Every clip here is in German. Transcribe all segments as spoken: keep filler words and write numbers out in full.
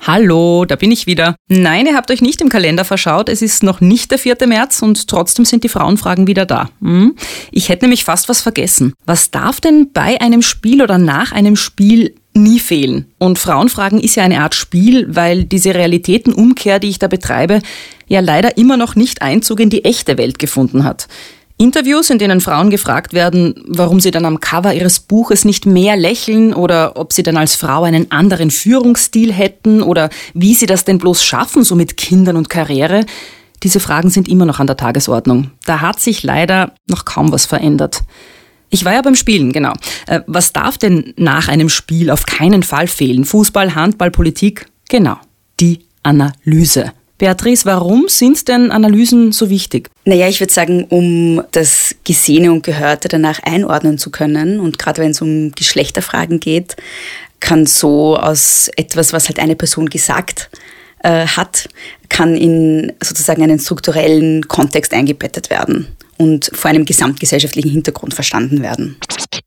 Hallo, da bin ich wieder. Nein, ihr habt euch nicht im Kalender verschaut. Es ist noch nicht der vierte März und trotzdem sind die Frauenfragen wieder da. Hm? Ich hätte nämlich fast was vergessen. Was darf denn bei einem Spiel oder nach einem Spiel nie fehlen? Und Frauenfragen ist ja eine Art Spiel, weil diese Realitätenumkehr, die ich da betreibe, ja leider immer noch nicht Einzug in die echte Welt gefunden hat. Interviews, in denen Frauen gefragt werden, warum sie dann am Cover ihres Buches nicht mehr lächeln oder ob sie dann als Frau einen anderen Führungsstil hätten oder wie sie das denn bloß schaffen, so mit Kindern und Karriere. Diese Fragen sind immer noch an der Tagesordnung. Da hat sich leider noch kaum was verändert. Ich war ja beim Spielen, genau. Was darf denn nach einem Spiel auf keinen Fall fehlen? Fußball, Handball, Politik? Genau, die Analyse. Beatrice, warum sind denn Analysen so wichtig? Naja, ich würde sagen, um das Gesehene und Gehörte danach einordnen zu können. Und gerade wenn es um Geschlechterfragen geht, kann so aus etwas, was halt eine Person gesagt äh, hat, kann in sozusagen einen strukturellen Kontext eingebettet werden und vor einem gesamtgesellschaftlichen Hintergrund verstanden werden.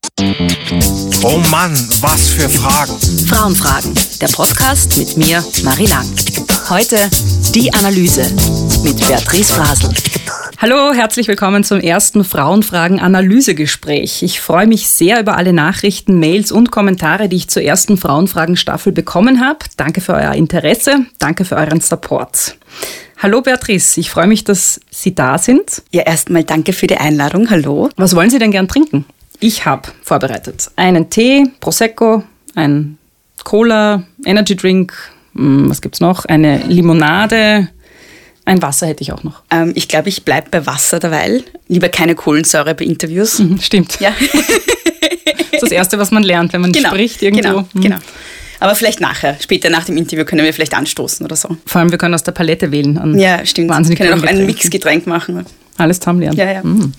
Oh Mann, was für Fragen. Frauenfragen, der Podcast mit mir, Marie Lang. Heute die Analyse mit Beatrice Frasel. Hallo, herzlich willkommen zum ersten Frauenfragen-Analysegespräch. Ich freue mich sehr über alle Nachrichten, Mails und Kommentare, die ich zur ersten Frauenfragen-Staffel bekommen habe. Danke für euer Interesse, danke für euren Support. Hallo Beatrice, ich freue mich, dass Sie da sind. Ja, erstmal danke für die Einladung. Hallo. Was wollen Sie denn gern trinken? Ich habe vorbereitet einen Tee, Prosecco, ein Cola, Energy Drink, was gibt's noch? Eine Limonade, ein Wasser hätte ich auch noch. Ähm, ich glaube, ich bleibe bei Wasser derweil. Lieber keine Kohlensäure bei Interviews. Mhm, stimmt. Ja. Das ist das Erste, was man lernt, wenn man genau, spricht irgendwo. Genau, mhm. genau. Aber vielleicht nachher, später nach dem Interview können wir vielleicht anstoßen oder so. Vor allem, wir können aus der Palette wählen. An ja, stimmt. Wir können auch ein Mixgetränk machen. Alles zusammen lernen. Ja, ja. Mhm.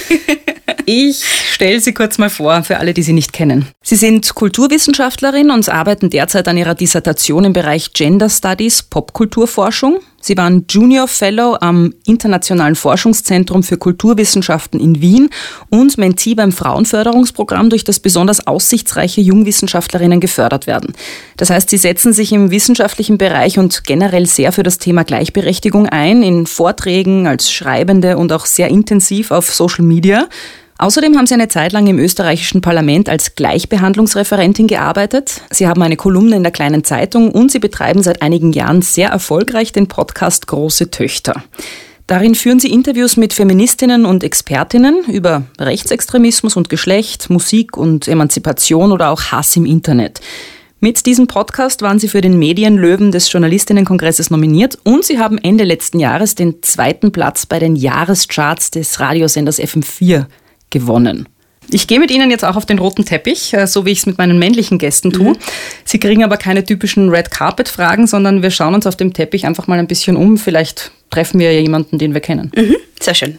Ich stelle Sie kurz mal vor, für alle, die Sie nicht kennen. Sie sind Kulturwissenschaftlerin und arbeiten derzeit an Ihrer Dissertation im Bereich Gender Studies, Popkulturforschung. Sie waren Junior Fellow am Internationalen Forschungszentrum für Kulturwissenschaften in Wien und Mentee beim Frauenförderungsprogramm, durch das besonders aussichtsreiche Jungwissenschaftlerinnen gefördert werden. Das heißt, Sie setzen sich im wissenschaftlichen Bereich und generell sehr für das Thema Gleichberechtigung ein, in Vorträgen, als Schreibende und auch sehr intensiv auf Social Media. Außerdem haben Sie eine Zeit lang im österreichischen Parlament als Gleichbehandlungsreferentin gearbeitet. Sie haben eine Kolumne in der Kleinen Zeitung und Sie betreiben seit einigen Jahren sehr erfolgreich den Podcast Große Töchter. Darin führen Sie Interviews mit Feministinnen und Expertinnen über Rechtsextremismus und Geschlecht, Musik und Emanzipation oder auch Hass im Internet. Mit diesem Podcast waren Sie für den Medienlöwen des Journalisteninnenkongresses nominiert und Sie haben Ende letzten Jahres den zweiten Platz bei den Jahrescharts des Radiosenders F M vier gewonnen. Ich gehe mit Ihnen jetzt auch auf den roten Teppich, so wie ich es mit meinen männlichen Gästen tue. Mhm. Sie kriegen aber keine typischen Red-Carpet-Fragen, sondern wir schauen uns auf dem Teppich einfach mal ein bisschen um. Vielleicht treffen wir ja jemanden, den wir kennen. Mhm. Sehr schön.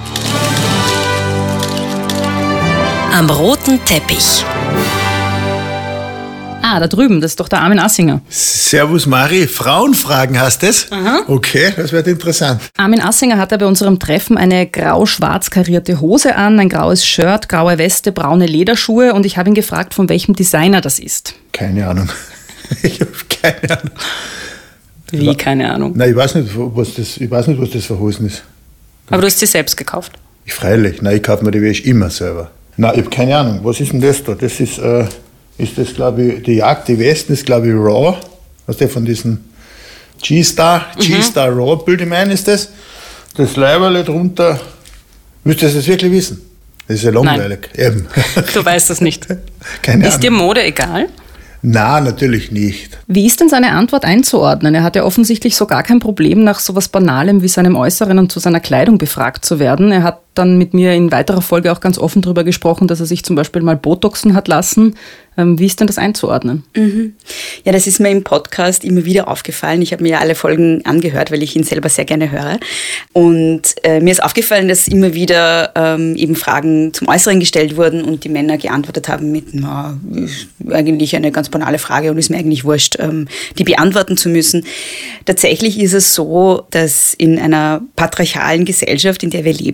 Am roten Teppich. Ah, da drüben, das ist doch der Armin Assinger. Servus Mari, Frauenfragen hast es? Aha. Okay, das wird interessant. Armin Assinger hatte bei unserem Treffen eine grau-schwarz karierte Hose an, ein graues Shirt, graue Weste, braune Lederschuhe und ich habe ihn gefragt, von welchem Designer das ist. Keine Ahnung. Ich habe keine Ahnung. Wie, keine Ahnung? Nein, ich weiß nicht, was das, ich weiß nicht, was das für Hosen ist. Aber du hast sie selbst gekauft? Ich freilich. Nein, ich kaufe mir die Wäsche immer selber. Nein, ich habe keine Ahnung. Was ist denn das da? Das ist... Äh Ist das, glaube ich, die Jagd, die Westen ist, glaube ich, Raw. Was der von diesen G-Star, mhm. G-Star Raw, Bild ich mein, ist das. Das Leiberle drunter. Müsstest du das wirklich wissen? Das ist ja langweilig. Eben. Du weißt das nicht. Keine Ahnung. Ist dir Mode egal? Nein, natürlich nicht. Wie ist denn seine Antwort einzuordnen? Er hat ja offensichtlich so gar kein Problem, nach so was Banalem wie seinem Äußeren und zu seiner Kleidung befragt zu werden. Er hat dann mit mir in weiterer Folge auch ganz offen darüber gesprochen, dass er sich zum Beispiel mal Botoxen hat lassen. Ähm, wie ist denn das einzuordnen? Mhm. Ja, das ist mir im Podcast immer wieder aufgefallen. Ich habe mir ja alle Folgen angehört, weil ich ihn selber sehr gerne höre. Und äh, mir ist aufgefallen, dass immer wieder ähm, eben Fragen zum Äußeren gestellt wurden und die Männer geantwortet haben mit, na, ist eigentlich eine ganz banale Frage und ist mir eigentlich wurscht, ähm, die beantworten zu müssen. Tatsächlich ist es so, dass in einer patriarchalen Gesellschaft, in der wir leben,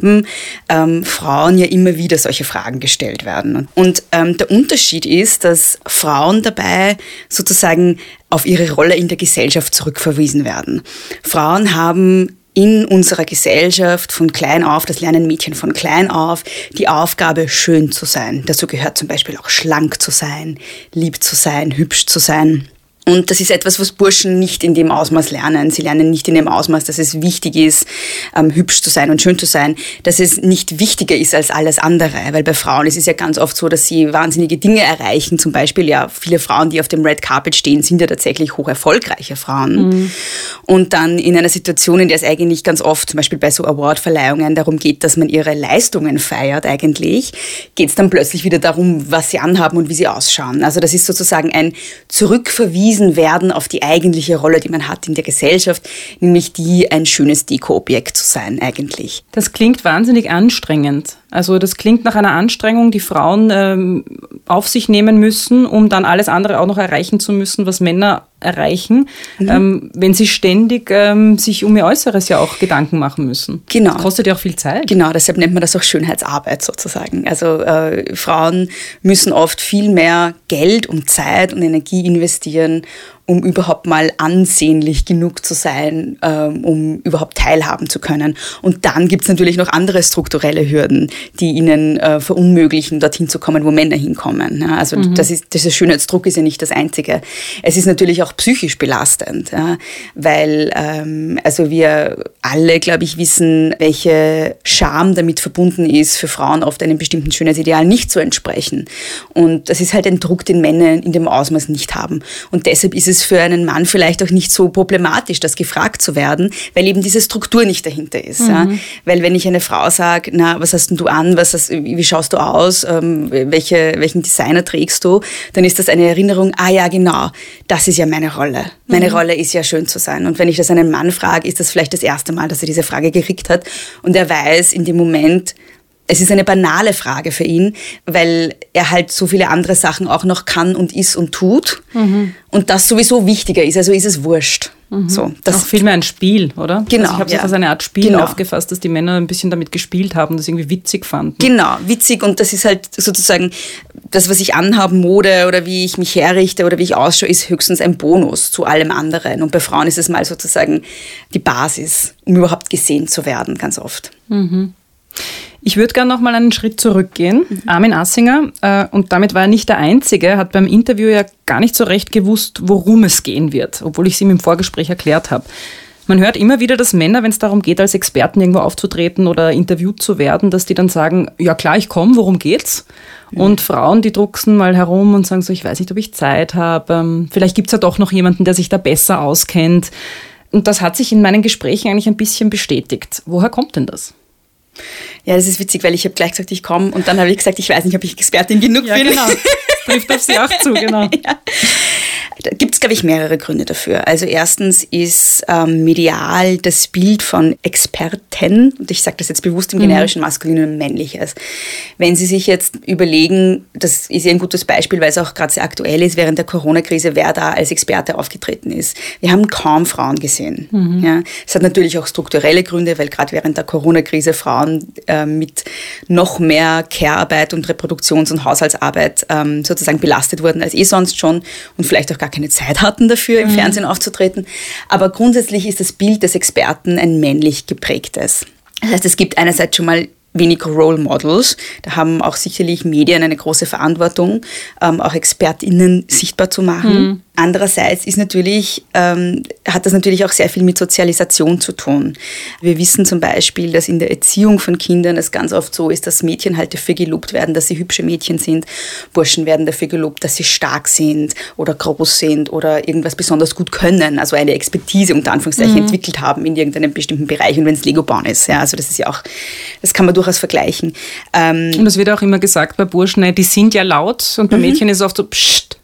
ähm, Frauen ja immer wieder solche Fragen gestellt werden. Und ähm, der Unterschied ist, dass Frauen dabei sozusagen auf ihre Rolle in der Gesellschaft zurückverwiesen werden. Frauen haben in unserer Gesellschaft von klein auf, das lernen Mädchen von klein auf, die Aufgabe, schön zu sein. Dazu gehört zum Beispiel auch schlank zu sein, lieb zu sein, hübsch zu sein. Und das ist etwas, was Burschen nicht in dem Ausmaß lernen. Sie lernen nicht in dem Ausmaß, dass es wichtig ist, ähm, hübsch zu sein und schön zu sein, dass es nicht wichtiger ist als alles andere. Weil bei Frauen ist es ja ganz oft so, dass sie wahnsinnige Dinge erreichen. Zum Beispiel, ja, viele Frauen, die auf dem Red Carpet stehen, sind ja tatsächlich hoch erfolgreiche Frauen. Mhm. Und dann in einer Situation, in der es eigentlich ganz oft, zum Beispiel bei so Awardverleihungen, darum geht, dass man ihre Leistungen feiert eigentlich, geht es dann plötzlich wieder darum, was sie anhaben und wie sie ausschauen. Also das ist sozusagen ein Zurückverwiesen werden auf die eigentliche Rolle, die man hat in der Gesellschaft, nämlich die, ein schönes Deko-Objekt zu sein eigentlich. Das klingt wahnsinnig anstrengend. Also das klingt nach einer Anstrengung, die Frauen ähm, auf sich nehmen müssen, um dann alles andere auch noch erreichen zu müssen, was Männer erreichen, mhm. ähm, wenn sie ständig ähm, sich um ihr Äußeres ja auch Gedanken machen müssen. Genau. Das kostet ja auch viel Zeit. Genau, deshalb nennt man das auch Schönheitsarbeit sozusagen. Also äh, Frauen müssen oft viel mehr Geld und Zeit und Energie investieren, um überhaupt mal ansehnlich genug zu sein, ähm, um überhaupt teilhaben zu können. Und dann gibt es natürlich noch andere strukturelle Hürden, die ihnen äh, verunmöglichen, dorthin zu kommen, wo Männer hinkommen. Ja, also mhm. das ist, dieser Schönheitsdruck ist ja nicht das Einzige. Es ist natürlich auch psychisch belastend, ja, weil ähm, also wir alle, glaube ich, wissen, welche Scham damit verbunden ist, für Frauen oft einem bestimmten Schönheitsideal nicht zu entsprechen. Und das ist halt ein Druck, den Männer in dem Ausmaß nicht haben. Und deshalb ist es für einen Mann vielleicht auch nicht so problematisch, das gefragt zu werden, weil eben diese Struktur nicht dahinter ist. Mhm. Ja. Weil wenn ich eine Frau sage, na, was hast denn du an, was hast, wie schaust du aus, ähm, welche, welchen Designer trägst du, dann ist das eine Erinnerung, ah ja, genau, das ist ja meine Rolle. Meine mhm. Rolle ist ja schön zu sein. Und wenn ich das einen Mann frage, ist das vielleicht das erste Mal, dass er diese Frage gekriegt hat und er weiß in dem Moment, es ist eine banale Frage für ihn, weil er halt so viele andere Sachen auch noch kann und ist und tut mhm. und das sowieso wichtiger ist, also ist es wurscht. Mhm. So, das auch vielmehr ein Spiel, oder? Genau. Also ich habe es ja. als eine Art Spiel genau. aufgefasst, dass die Männer ein bisschen damit gespielt haben, das irgendwie witzig fanden. Genau, witzig, und das ist halt sozusagen das, was ich anhabe, Mode oder wie ich mich herrichte oder wie ich ausschaue, ist höchstens ein Bonus zu allem anderen. Und bei Frauen ist es mal sozusagen die Basis, um überhaupt gesehen zu werden, ganz oft. Mhm. Ich würde gerne noch mal einen Schritt zurückgehen. Mhm. Armin Assinger, äh, und damit war er nicht der Einzige, hat beim Interview ja gar nicht so recht gewusst, worum es gehen wird, obwohl ich es ihm im Vorgespräch erklärt habe. Man hört immer wieder, dass Männer, wenn es darum geht, als Experten irgendwo aufzutreten oder interviewt zu werden, dass die dann sagen, ja klar, ich komme, worum geht's? Mhm. Und Frauen, die drucksen mal herum und sagen so, ich weiß nicht, ob ich Zeit habe, ähm, vielleicht gibt's ja doch noch jemanden, der sich da besser auskennt. Und das hat sich in meinen Gesprächen eigentlich ein bisschen bestätigt. Woher kommt denn das? Ja, das ist witzig, weil ich habe gleich gesagt, ich komme, und dann habe ich gesagt, ich weiß nicht, ob ich Expertin genug ja, bin. Genau. Das trifft auf Sie auch zu, genau. Ja. Da gibt es, glaube ich, mehrere Gründe dafür. Also erstens ist ähm, medial das Bild von Experten, und ich sage das jetzt bewusst im generischen Maskulin und Männliches. Wenn Sie sich jetzt überlegen, das ist ja ein gutes Beispiel, weil es auch gerade sehr aktuell ist, während der Corona-Krise, wer da als Experte aufgetreten ist. Wir haben kaum Frauen gesehen. Mhm. Ja. Es hat natürlich auch strukturelle Gründe, weil gerade während der Corona-Krise Frauen äh, mit noch mehr Care-Arbeit und Reproduktions- und Haushaltsarbeit ähm, sozusagen belastet wurden als eh sonst schon und vielleicht auch gar keine Zeit hatten dafür, im mhm. Fernsehen aufzutreten. Aber grundsätzlich ist das Bild des Experten ein männlich geprägtes. Das heißt, es gibt einerseits schon mal wenig Role Models. Da haben auch sicherlich Medien eine große Verantwortung, ähm, auch ExpertInnen sichtbar zu machen. Mhm. Andererseits ist natürlich, ähm, hat das natürlich auch sehr viel mit Sozialisation zu tun. Wir wissen zum Beispiel, dass in der Erziehung von Kindern es ganz oft so ist, dass Mädchen halt dafür gelobt werden, dass sie hübsche Mädchen sind. Burschen werden dafür gelobt, dass sie stark sind oder groß sind oder irgendwas besonders gut können, also eine Expertise unter Anführungszeichen mhm. entwickelt haben in irgendeinem bestimmten Bereich, und wenn es Lego-Bauen ist. Ja, also das ist ja auch, das kann man durchaus vergleichen. Ähm, und es wird auch immer gesagt bei Burschen, die sind ja laut, und bei mhm. Mädchen ist es oft so, psst.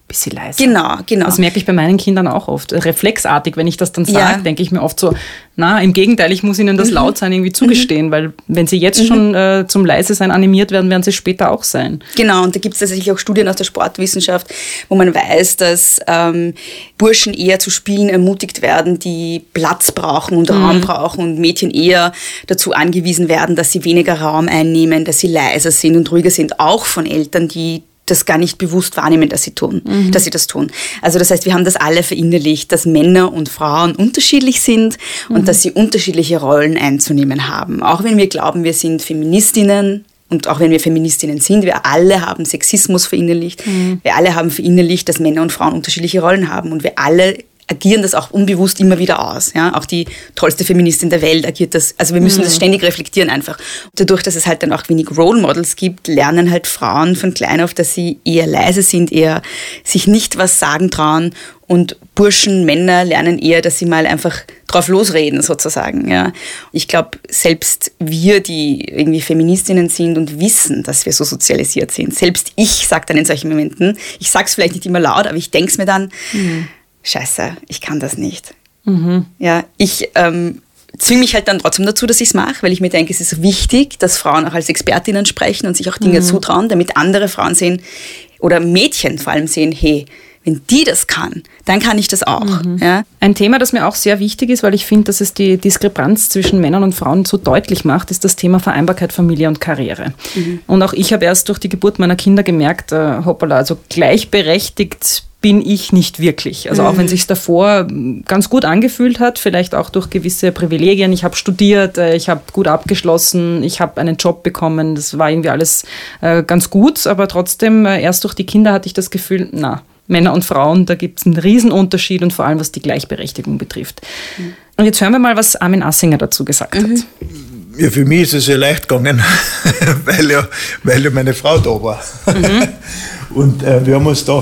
bisschen leiser. Genau, genau. Das merke ich bei meinen Kindern auch oft. Reflexartig, wenn ich das dann sage, Ja. denke ich mir oft so, na, im Gegenteil, ich muss ihnen das Mhm. Lautsein irgendwie zugestehen, mhm. weil wenn sie jetzt mhm. schon äh, zum Leise-Sein animiert werden, werden sie später auch sein. Genau, und da gibt es tatsächlich auch Studien aus der Sportwissenschaft, wo man weiß, dass ähm, Burschen eher zu Spielen ermutigt werden, die Platz brauchen und mhm. Raum brauchen und Mädchen eher dazu angewiesen werden, dass sie weniger Raum einnehmen, dass sie leiser sind und ruhiger sind, auch von Eltern, die das gar nicht bewusst wahrnehmen, dass sie tun, mhm. dass sie das tun. Also das heißt, wir haben das alle verinnerlicht, dass Männer und Frauen unterschiedlich sind mhm. und dass sie unterschiedliche Rollen einzunehmen haben. Auch wenn wir glauben, wir sind Feministinnen und auch wenn wir Feministinnen sind, wir alle haben Sexismus verinnerlicht, mhm. wir alle haben verinnerlicht, dass Männer und Frauen unterschiedliche Rollen haben und wir alle agieren das auch unbewusst immer wieder aus. Ja? Auch die tollste Feministin der Welt agiert das. Also wir müssen mhm. das ständig reflektieren einfach. Und dadurch, dass es halt dann auch wenig Role Models gibt, lernen halt Frauen von klein auf, dass sie eher leise sind, eher sich nicht was sagen trauen. Und Burschen, Männer lernen eher, dass sie mal einfach drauf losreden sozusagen. Ja. Ich glaube, selbst wir, die irgendwie Feministinnen sind und wissen, dass wir so sozialisiert sind, selbst ich sage dann in solchen Momenten, ich sage es vielleicht nicht immer laut, aber ich denke es mir dann, mhm. Scheiße, ich kann das nicht. Mhm. Ja, ich ähm, zwinge mich halt dann trotzdem dazu, dass ich es mache, weil ich mir denke, es ist wichtig, dass Frauen auch als Expertinnen sprechen und sich auch Dinge mhm. zutrauen, damit andere Frauen sehen oder Mädchen vor allem sehen, hey, wenn die das kann, dann kann ich das auch. Mhm. Ja? Ein Thema, das mir auch sehr wichtig ist, weil ich finde, dass es die Diskrepanz zwischen Männern und Frauen so deutlich macht, ist das Thema Vereinbarkeit Familie und Karriere. Mhm. Und auch ich habe erst durch die Geburt meiner Kinder gemerkt, äh, hoppala, also gleichberechtigt bin ich nicht wirklich. Also auch mhm. wenn es sich davor ganz gut angefühlt hat, vielleicht auch durch gewisse Privilegien. Ich habe studiert, ich habe gut abgeschlossen, ich habe einen Job bekommen. Das war irgendwie alles äh, ganz gut, aber trotzdem äh, erst durch die Kinder hatte ich das Gefühl, na, Männer und Frauen, da gibt es einen Riesenunterschied und vor allem was die Gleichberechtigung betrifft. Mhm. Und jetzt hören wir mal, was Armin Assinger dazu gesagt mhm. hat. Ja, für mich ist es ja leicht gegangen, weil, ja, weil ja meine Frau da war. Mhm. Und äh, wir haben uns da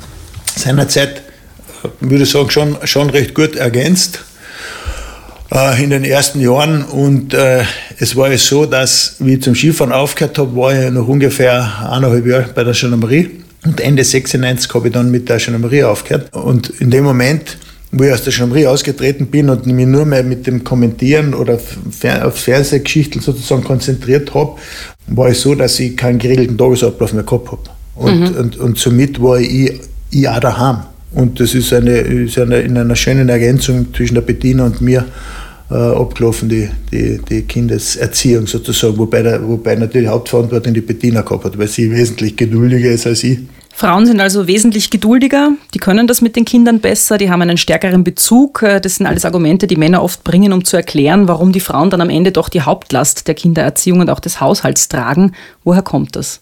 seinerzeit, würde ich sagen, schon, schon recht gut ergänzt äh, in den ersten Jahren. Und äh, es war ja so, dass, wie ich zum Skifahren aufgehört habe, war ich noch ungefähr eineinhalb Jahre bei der Gendarmerie. Und Ende sechsundneunzig habe ich dann mit der Gendarmerie aufgehört. Und in dem Moment, wo ich aus der Gendarmerie ausgetreten bin und mich nur mehr mit dem Kommentieren oder auf Fernsehgeschichten sozusagen konzentriert habe, war es so, dass ich keinen geregelten Tagesablauf mehr gehabt habe. Und, mhm. und, und somit war ich ich auch daheim. Und das ist, eine, ist eine, in einer schönen Ergänzung zwischen der Bettina und mir äh, abgelaufen, die, die, die Kindeserziehung sozusagen, wobei, der, wobei natürlich Hauptverantwortung die Bettina gehabt hat, weil sie wesentlich geduldiger ist als ich. Frauen sind also wesentlich geduldiger, die können das mit den Kindern besser, die haben einen stärkeren Bezug. Das sind alles Argumente, die Männer oft bringen, um zu erklären, warum die Frauen dann am Ende doch die Hauptlast der Kindererziehung und auch des Haushalts tragen. Woher kommt das?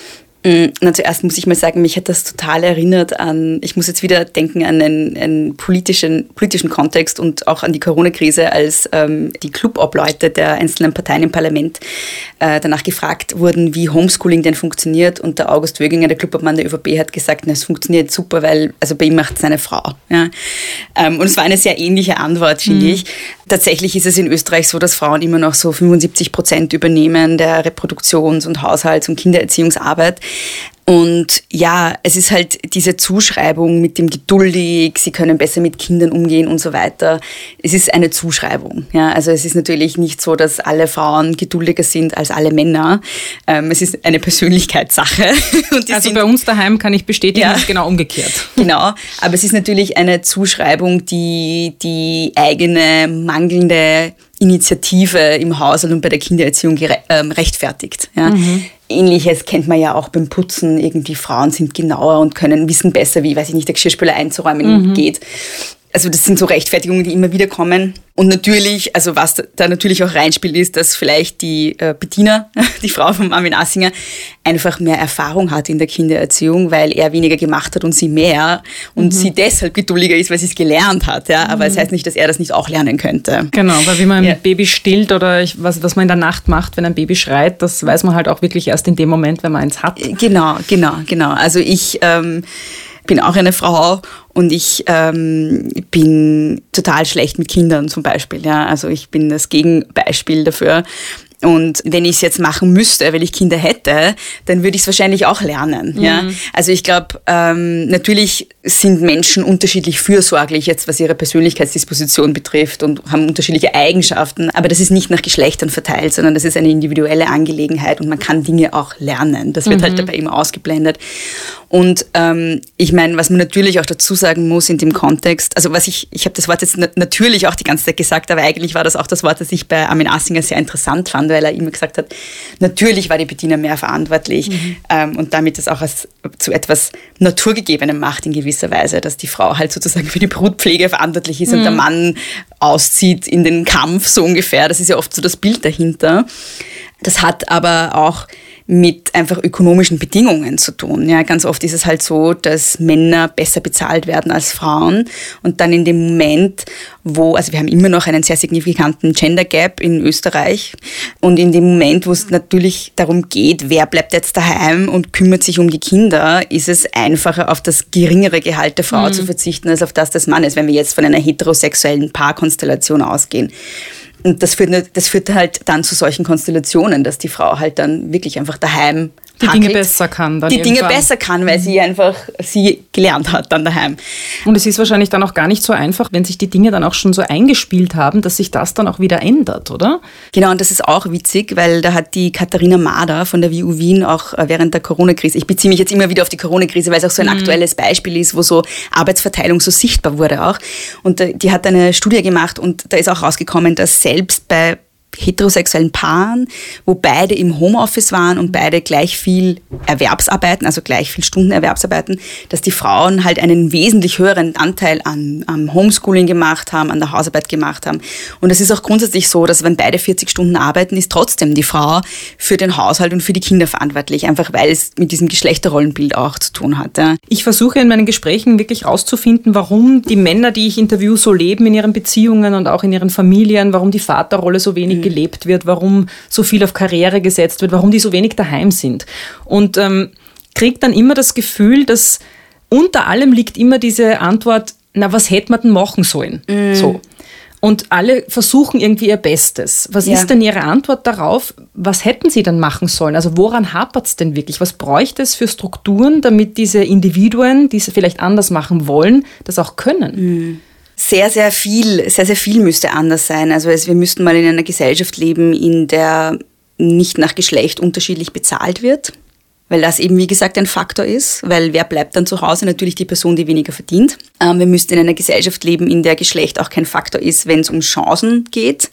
Na, zuerst muss ich mal sagen, mich hat das total erinnert an, ich muss jetzt wieder denken an einen, einen politischen, politischen Kontext und auch an die Corona-Krise, als ähm, die Clubobleute der einzelnen Parteien im Parlament äh, danach gefragt wurden, wie Homeschooling denn funktioniert. Und der August Wöginger, der Clubobmann der ÖVP, hat gesagt, na, es funktioniert super, weil also bei ihm macht es seine Frau. Ja? Ähm, und es war eine sehr ähnliche Antwort, finde mhm. ich. Tatsächlich ist es in Österreich so, dass Frauen immer noch so fünfundsiebzig Prozent übernehmen der Reproduktions- und Haushalts- und Kindererziehungsarbeit. Und ja, es ist halt diese Zuschreibung mit dem geduldig, sie können besser mit Kindern umgehen und so weiter. Es ist eine Zuschreibung. Ja, also es ist natürlich nicht so, dass alle Frauen geduldiger sind als alle Männer. Ähm, es ist eine Persönlichkeitssache. Und die also sind, bei uns daheim kann ich bestätigen, ja, ist genau umgekehrt. Genau, aber es ist natürlich eine Zuschreibung, die die eigene mangelnde Initiative im Haushalt und bei der Kindererziehung gere- ähm, rechtfertigt. Ja. Mhm. Ähnliches kennt man ja auch beim Putzen. Irgendwie Frauen sind genauer und können wissen besser, wie, weiß ich nicht, der Geschirrspüler einzuräumen mhm. geht. Also das sind so Rechtfertigungen, die immer wieder kommen. Und natürlich, also was da natürlich auch reinspielt, ist, dass vielleicht die äh, Bettina, die Frau von Armin Assinger, einfach mehr Erfahrung hat in der Kindererziehung, weil er weniger gemacht hat und sie mehr. Und mhm. sie deshalb geduldiger ist, weil sie es gelernt hat. Ja? Aber es mhm. heißt nicht, dass er das nicht auch lernen könnte. Genau, weil wie man ein ja. Baby stillt oder ich, was, was man in der Nacht macht, wenn ein Baby schreit, das weiß man halt auch wirklich erst in dem Moment, wenn man eins hat. Genau, genau, genau. Also ich ähm, bin auch eine Frau und ich ähm, bin total schlecht mit Kindern zum Beispiel. Ja? Also ich bin das Gegenbeispiel dafür. Und wenn ich es jetzt machen müsste, weil ich Kinder hätte, dann würde ich es wahrscheinlich auch lernen. Mhm. Ja? Also ich glaube, ähm, natürlich sind Menschen unterschiedlich fürsorglich, jetzt was ihre Persönlichkeitsdisposition betrifft und haben unterschiedliche Eigenschaften. Aber das ist nicht nach Geschlechtern verteilt, sondern das ist eine individuelle Angelegenheit und man kann Dinge auch lernen. Das wird mhm. halt dabei immer ausgeblendet. Und ähm, ich meine, was man natürlich auch dazu sagen muss in dem Kontext, also was ich, ich habe das Wort jetzt na- natürlich auch die ganze Zeit gesagt, aber eigentlich war das auch das Wort, das ich bei Armin Assinger sehr interessant fand, weil er immer gesagt hat, natürlich war die Bettina mehr verantwortlich mhm. ähm, und damit das auch als, zu etwas Naturgegebenem macht in gewisser Weise, dass die Frau halt sozusagen für die Brutpflege verantwortlich ist mhm. und der Mann auszieht in den Kampf so ungefähr. Das ist ja oft so das Bild dahinter. Das hat aber auch mit einfach ökonomischen Bedingungen zu tun. Ja, ganz oft ist es halt so, dass Männer besser bezahlt werden als Frauen und dann in dem Moment, wo, also wir haben immer noch einen sehr signifikanten Gender Gap in Österreich und in dem Moment, wo es natürlich darum geht, wer bleibt jetzt daheim und kümmert sich um die Kinder, ist es einfacher, auf das geringere Gehalt der Frau mhm. zu verzichten, als auf das des Mannes, wenn wir jetzt von einer heterosexuellen Paarkonstellation ausgehen. Und das führt, das führt halt dann zu solchen Konstellationen, dass die Frau halt dann wirklich einfach daheim die hackelt, Dinge besser kann. Dann die irgendwann. Dinge besser kann, weil sie einfach sie gelernt hat dann daheim. Und es ist wahrscheinlich dann auch gar nicht so einfach, wenn sich die Dinge dann auch schon so eingespielt haben, dass sich das dann auch wieder ändert, oder? Genau, und das ist auch witzig, weil da hat die Katharina Mader von der W U Wien auch während der Corona-Krise, ich beziehe mich jetzt immer wieder auf die Corona-Krise, weil es auch so ein mhm. aktuelles Beispiel ist, wo so Arbeitsverteilung so sichtbar wurde auch. Und die hat eine Studie gemacht und da ist auch rausgekommen, dass selbst bei heterosexuellen Paaren, wo beide im Homeoffice waren und beide gleich viel Erwerbsarbeiten, also gleich viel Stunden Erwerbsarbeiten, dass die Frauen halt einen wesentlich höheren Anteil an, am Homeschooling gemacht haben, an der Hausarbeit gemacht haben. Und es ist auch grundsätzlich so, dass wenn beide vierzig Stunden arbeiten, ist trotzdem die Frau für den Haushalt und für die Kinder verantwortlich, einfach weil es mit diesem Geschlechterrollenbild auch zu tun hat. Ja. Ich versuche in meinen Gesprächen wirklich rauszufinden, warum die Männer, die ich interviewe, so leben in ihren Beziehungen und auch in ihren Familien, warum die Vaterrolle so wenig mhm. gelebt wird, warum so viel auf Karriere gesetzt wird, warum die so wenig daheim sind. Und ähm, kriegt dann immer das Gefühl, dass unter allem liegt immer diese Antwort, na, was hätte man denn machen sollen? Mm. So. Und alle versuchen irgendwie ihr Bestes. Was ja. ist denn Ihre Antwort darauf? Was hätten Sie dann machen sollen? Also woran hapert es denn wirklich? Was bräuchte es für Strukturen, damit diese Individuen, die es vielleicht anders machen wollen, das auch können? Mm. Sehr, sehr viel, sehr, sehr viel müsste anders sein. Also wir müssten mal in einer Gesellschaft leben, in der nicht nach Geschlecht unterschiedlich bezahlt wird, weil das eben, wie gesagt, ein Faktor ist, weil wer bleibt dann zu Hause? Natürlich die Person, die weniger verdient. Wir müssten in einer Gesellschaft leben, in der Geschlecht auch kein Faktor ist, wenn es um Chancen geht.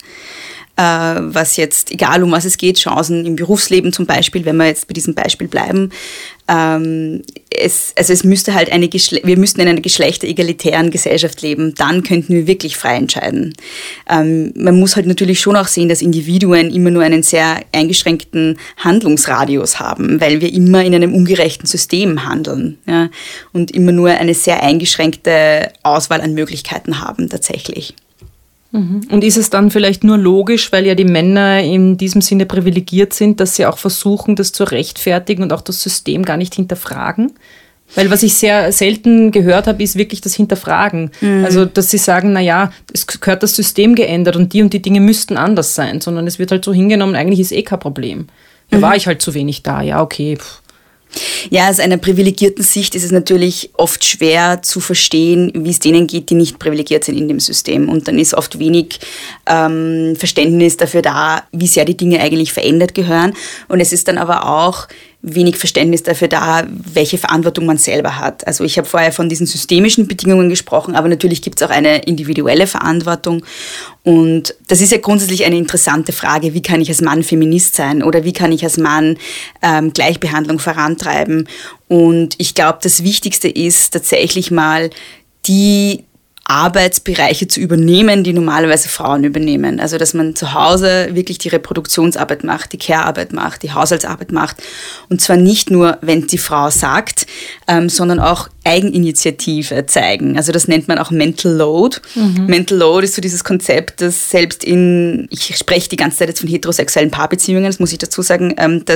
Was jetzt, egal um was es geht, Chancen im Berufsleben zum Beispiel, wenn wir jetzt bei diesem Beispiel bleiben. Ähm, es, also es müsste halt eine, Geschle- wir müssten in einer geschlechteregalitären Gesellschaft leben, dann könnten wir wirklich frei entscheiden. Ähm, man muss halt natürlich schon auch sehen, dass Individuen immer nur einen sehr eingeschränkten Handlungsradius haben, weil wir immer in einem ungerechten System handeln, ja, und immer nur eine sehr eingeschränkte Auswahl an Möglichkeiten haben tatsächlich. Und ist es dann vielleicht nur logisch, weil ja die Männer in diesem Sinne privilegiert sind, dass sie auch versuchen, das zu rechtfertigen und auch das System gar nicht hinterfragen? Weil was ich sehr selten gehört habe, ist wirklich das Hinterfragen. Mhm. Also, dass sie sagen, na ja, es gehört das System geändert und die und die Dinge müssten anders sein, sondern es wird halt so hingenommen, eigentlich ist eh kein Problem. Ja, mhm. war ich halt zu wenig da, ja, okay, pff. Ja, aus einer privilegierten Sicht ist es natürlich oft schwer zu verstehen, wie es denen geht, die nicht privilegiert sind in dem System. Und dann ist oft wenig ähm, Verständnis dafür da, wie sehr die Dinge eigentlich verändert gehören. Und es ist dann aber auch wenig Verständnis dafür da, welche Verantwortung man selber hat. Also ich habe vorher von diesen systemischen Bedingungen gesprochen, aber natürlich gibt es auch eine individuelle Verantwortung. Und das ist ja grundsätzlich eine interessante Frage, wie kann ich als Mann Feminist sein oder wie kann ich als Mann ähm, Gleichbehandlung vorantreiben. Und ich glaube, das Wichtigste ist tatsächlich mal die Arbeitsbereiche zu übernehmen, die normalerweise Frauen übernehmen. Also dass man zu Hause wirklich die Reproduktionsarbeit macht, die Care-Arbeit macht, die Haushaltsarbeit macht. Und zwar nicht nur, wenn die Frau sagt, ähm, sondern auch Eigeninitiative zeigen. Also das nennt man auch Mental Load. Mhm. Mental Load ist so dieses Konzept, das selbst in, ich spreche die ganze Zeit jetzt von heterosexuellen Paarbeziehungen, das muss ich dazu sagen, ähm, dass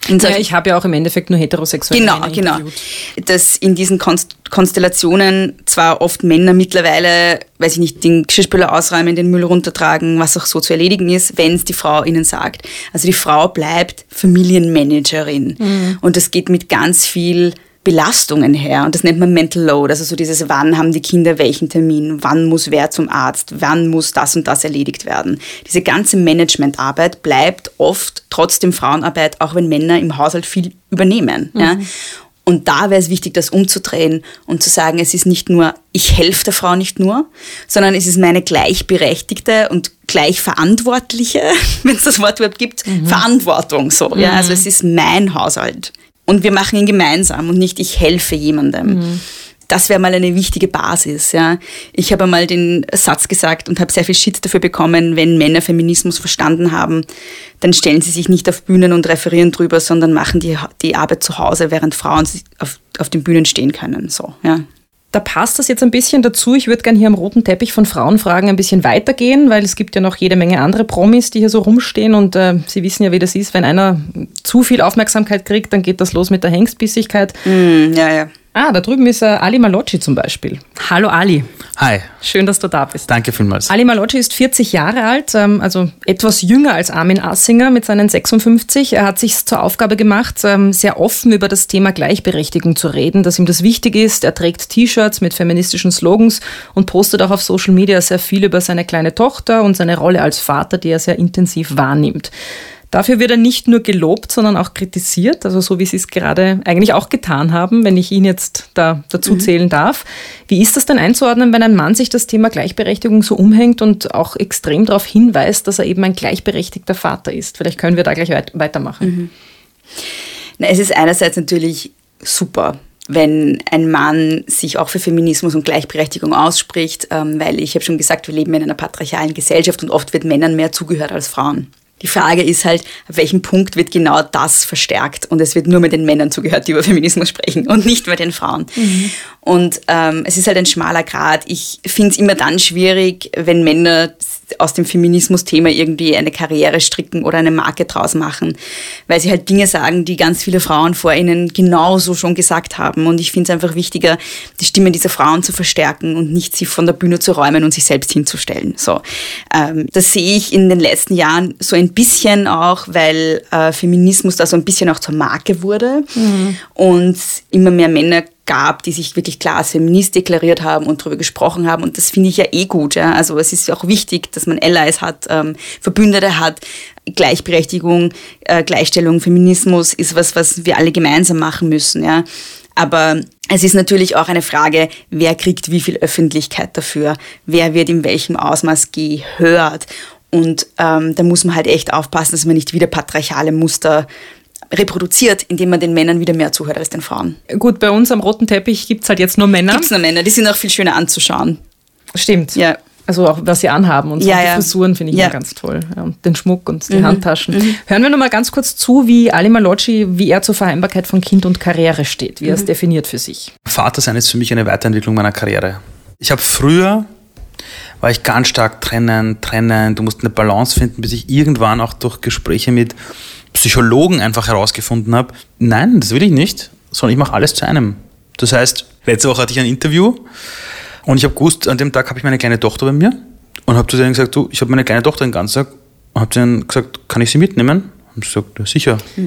Ja, ich habe ja auch im Endeffekt nur heterosexuelle Genau, Männer genau. interviewt. Dass in diesen Konst- Konstellationen zwar oft Männer mittlerweile, weiß ich nicht, den Geschirrspüler ausräumen, den Müll runtertragen, was auch so zu erledigen ist, wenn es die Frau ihnen sagt. Also die Frau bleibt Familienmanagerin. Mhm. Und das geht mit ganz viel Belastungen her. Und das nennt man Mental Load. Also so dieses, wann haben die Kinder welchen Termin, wann muss wer zum Arzt, wann muss das und das erledigt werden. Diese ganze Managementarbeit bleibt oft trotzdem Frauenarbeit, auch wenn Männer im Haushalt viel übernehmen. Mhm. Ja. Und da wäre es wichtig, das umzudrehen und zu sagen, es ist nicht nur, ich helfe der Frau nicht nur, sondern es ist meine gleichberechtigte und gleichverantwortliche, wenn es das Wort überhaupt gibt, mhm. Verantwortung. So. Mhm. Ja, also es ist mein Haushalt. Und wir machen ihn gemeinsam und nicht, ich helfe jemandem. Mhm. Das wäre mal eine wichtige Basis. Ja. Ich habe einmal den Satz gesagt und habe sehr viel Shit dafür bekommen, wenn Männer Feminismus verstanden haben, dann stellen sie sich nicht auf Bühnen und referieren drüber, sondern machen die, die Arbeit zu Hause, während Frauen auf, auf den Bühnen stehen können. So, ja. Da passt das jetzt ein bisschen dazu. Ich würde gerne hier am roten Teppich von Frauenfragen ein bisschen weitergehen, weil es gibt ja noch jede Menge andere Promis, die hier so rumstehen und äh, Sie wissen ja, wie das ist. Wenn einer zu viel Aufmerksamkeit kriegt, dann geht das los mit der Hengstbissigkeit. Mm, ja, ja. Ah, da drüben ist äh, Ali Malocci zum Beispiel. Hallo Ali. Hi. Schön, dass du da bist. Danke vielmals. Ali Malocci ist vierzig Jahre alt, ähm, also etwas jünger als Armin Assinger mit seinen sechsundfünfzig. Er hat sich zur Aufgabe gemacht, ähm, sehr offen über das Thema Gleichberechtigung zu reden, dass ihm das wichtig ist. Er trägt T-Shirts mit feministischen Slogans und postet auch auf Social Media sehr viel über seine kleine Tochter und seine Rolle als Vater, die er sehr intensiv wahrnimmt. Dafür wird er nicht nur gelobt, sondern auch kritisiert, also so wie Sie es gerade eigentlich auch getan haben, wenn ich ihn jetzt da dazu zählen darf. Wie ist das denn einzuordnen, wenn ein Mann sich das Thema Gleichberechtigung so umhängt und auch extrem darauf hinweist, dass er eben ein gleichberechtigter Vater ist? Vielleicht können wir da gleich weit- weitermachen. Mhm. Na, es ist einerseits natürlich super, wenn ein Mann sich auch für Feminismus und Gleichberechtigung ausspricht, ähm, weil ich habe schon gesagt, wir leben in einer patriarchalen Gesellschaft und oft wird Männern mehr zugehört als Frauen. Die Frage ist halt, auf welchem Punkt wird genau das verstärkt und es wird nur mit den Männern zugehört, die über Feminismus sprechen und nicht mit den Frauen. Mhm. Und ähm, es ist halt ein schmaler Grat. Ich finde es immer dann schwierig, wenn Männer aus dem Feminismus-Thema irgendwie eine Karriere stricken oder eine Marke draus machen, weil sie halt Dinge sagen, die ganz viele Frauen vor ihnen genauso schon gesagt haben. Und ich finde es einfach wichtiger, die Stimmen dieser Frauen zu verstärken und nicht sie von der Bühne zu räumen und sich selbst hinzustellen. So, ähm, das sehe ich in den letzten Jahren so ein bisschen auch, weil äh, Feminismus da so ein bisschen auch zur Marke wurde mhm. und immer mehr Männer gab, die sich wirklich klar als Feminist deklariert haben und darüber gesprochen haben. Und das finde ich ja eh gut. Ja? Also es ist auch wichtig, dass man Allies hat, ähm, Verbündete hat. Gleichberechtigung, äh, Gleichstellung, Feminismus ist was, was wir alle gemeinsam machen müssen. Ja? Aber es ist natürlich auch eine Frage, wer kriegt wie viel Öffentlichkeit dafür? Wer wird in welchem Ausmaß gehört? Und ähm, da muss man halt echt aufpassen, dass man nicht wieder patriarchale Muster reproduziert, indem man den Männern wieder mehr zuhört als den Frauen. Gut, bei uns am roten Teppich gibt es halt jetzt nur Männer. Gibt es nur Männer, die sind auch viel schöner anzuschauen. Stimmt. Ja. Also auch, was sie anhaben und so. Ja, die ja. Frisuren finde ich ja. immer ganz toll. Ja, und den Schmuck und die mhm. Handtaschen. Mhm. Hören wir noch mal ganz kurz zu, wie Ali Malocci, wie er zur Vereinbarkeit von Kind und Karriere steht, wie mhm. er es definiert für sich. Vater sein ist für mich eine Weiterentwicklung meiner Karriere. Ich habe früher, war ich ganz stark trennen, trennen, du musst eine Balance finden, bis ich irgendwann auch durch Gespräche mit Psychologen einfach herausgefunden habe, nein, das will ich nicht, sondern ich mache alles zu einem. Das heißt, letzte Woche hatte ich ein Interview und ich habe gewusst, an dem Tag habe ich meine kleine Tochter bei mir und habe zu denen gesagt, du, ich habe meine kleine Tochter den ganzen Tag und habe denen gesagt, kann ich sie mitnehmen? Und sie gesagt, ja, sicher. Hm.